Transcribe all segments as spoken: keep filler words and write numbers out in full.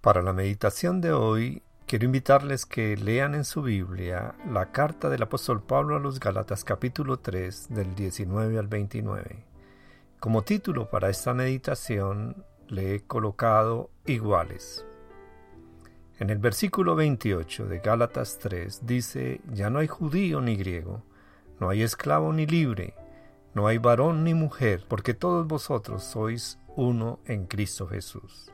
Para la meditación de hoy, quiero invitarles que lean en su Biblia la carta del apóstol Pablo a los Gálatas capítulo tres del diecinueve al veintinueve. Como título para esta meditación le he colocado iguales. En el versículo veintiocho de Gálatas tres dice: ya no hay judío ni griego, no hay esclavo ni libre, no hay varón ni mujer, porque todos vosotros sois uno en Cristo Jesús.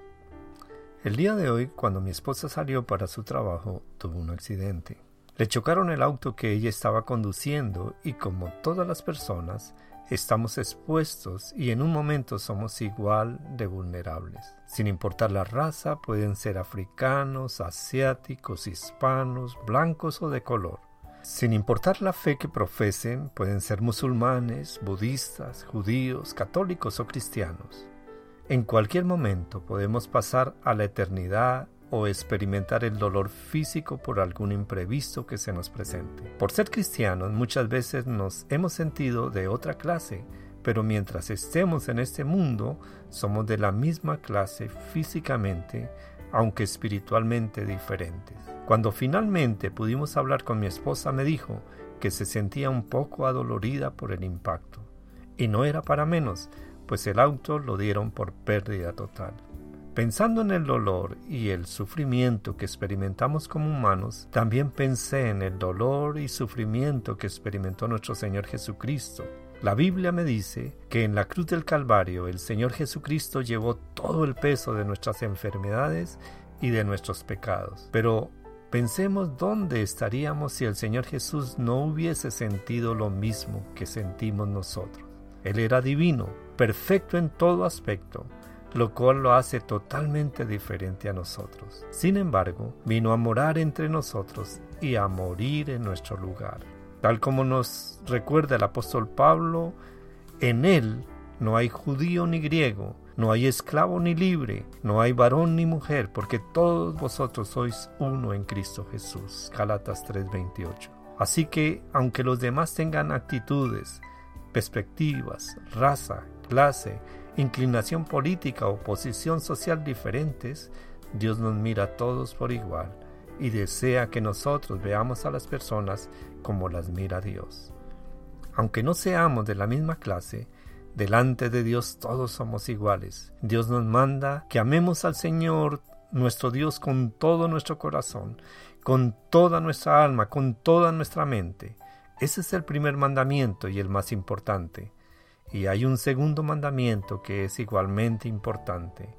El día de hoy, cuando mi esposa salió para su trabajo, tuvo un accidente. Le chocaron el auto que ella estaba conduciendo y, como todas las personas, estamos expuestos y en un momento somos igual de vulnerables. Sin importar la raza, pueden ser africanos, asiáticos, hispanos, blancos o de color. Sin importar la fe que profesen, pueden ser musulmanes, budistas, judíos, católicos o cristianos. En cualquier momento podemos pasar a la eternidad o experimentar el dolor físico por algún imprevisto que se nos presente. Por ser cristianos, muchas veces nos hemos sentido de otra clase, pero mientras estemos en este mundo, somos de la misma clase físicamente, aunque espiritualmente diferentes. Cuando finalmente pudimos hablar con mi esposa, me dijo que se sentía un poco adolorida por el impacto. Y no era para menos, pues el auto lo dieron por pérdida total. Pensando en el dolor y el sufrimiento que experimentamos como humanos, también pensé en el dolor y sufrimiento que experimentó nuestro Señor Jesucristo. La Biblia me dice que en la cruz del Calvario el Señor Jesucristo llevó todo el peso de nuestras enfermedades y de nuestros pecados. Pero pensemos dónde estaríamos si el Señor Jesús no hubiese sentido lo mismo que sentimos nosotros. Él era divino, perfecto en todo aspecto, lo cual lo hace totalmente diferente a nosotros. Sin embargo, vino a morar entre nosotros y a morir en nuestro lugar. Tal como nos recuerda el apóstol Pablo, en Él no hay judío ni griego, no hay esclavo ni libre, no hay varón ni mujer, porque todos vosotros sois uno en Cristo Jesús. Gálatas tres veintiocho. Así que, aunque los demás tengan actitudes, perspectivas, raza, clase, inclinación política o posición social diferentes, Dios nos mira a todos por igual y desea que nosotros veamos a las personas como las mira Dios. Aunque no seamos de la misma clase, delante de Dios todos somos iguales. Dios nos manda que amemos al Señor, nuestro Dios, con todo nuestro corazón, con toda nuestra alma, con toda nuestra mente. Ese es el primer mandamiento y el más importante. Y hay un segundo mandamiento que es igualmente importante.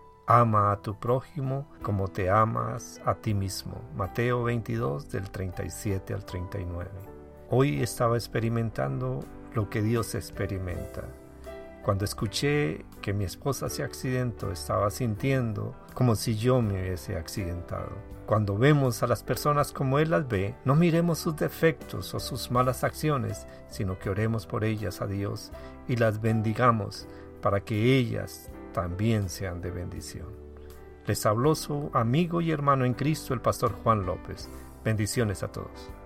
Ama a tu prójimo como te amas a ti mismo. Mateo veintidós, del treinta y siete al treinta y nueve. Hoy estaba experimentando lo que Dios experimenta. Cuando escuché que mi esposa se accidentó, estaba sintiendo como si yo me hubiese accidentado. Cuando vemos a las personas como Él las ve, no miremos sus defectos o sus malas acciones, sino que oremos por ellas a Dios y las bendigamos para que ellas también sean de bendición. Les habló su amigo y hermano en Cristo, el pastor Juan López. Bendiciones a todos.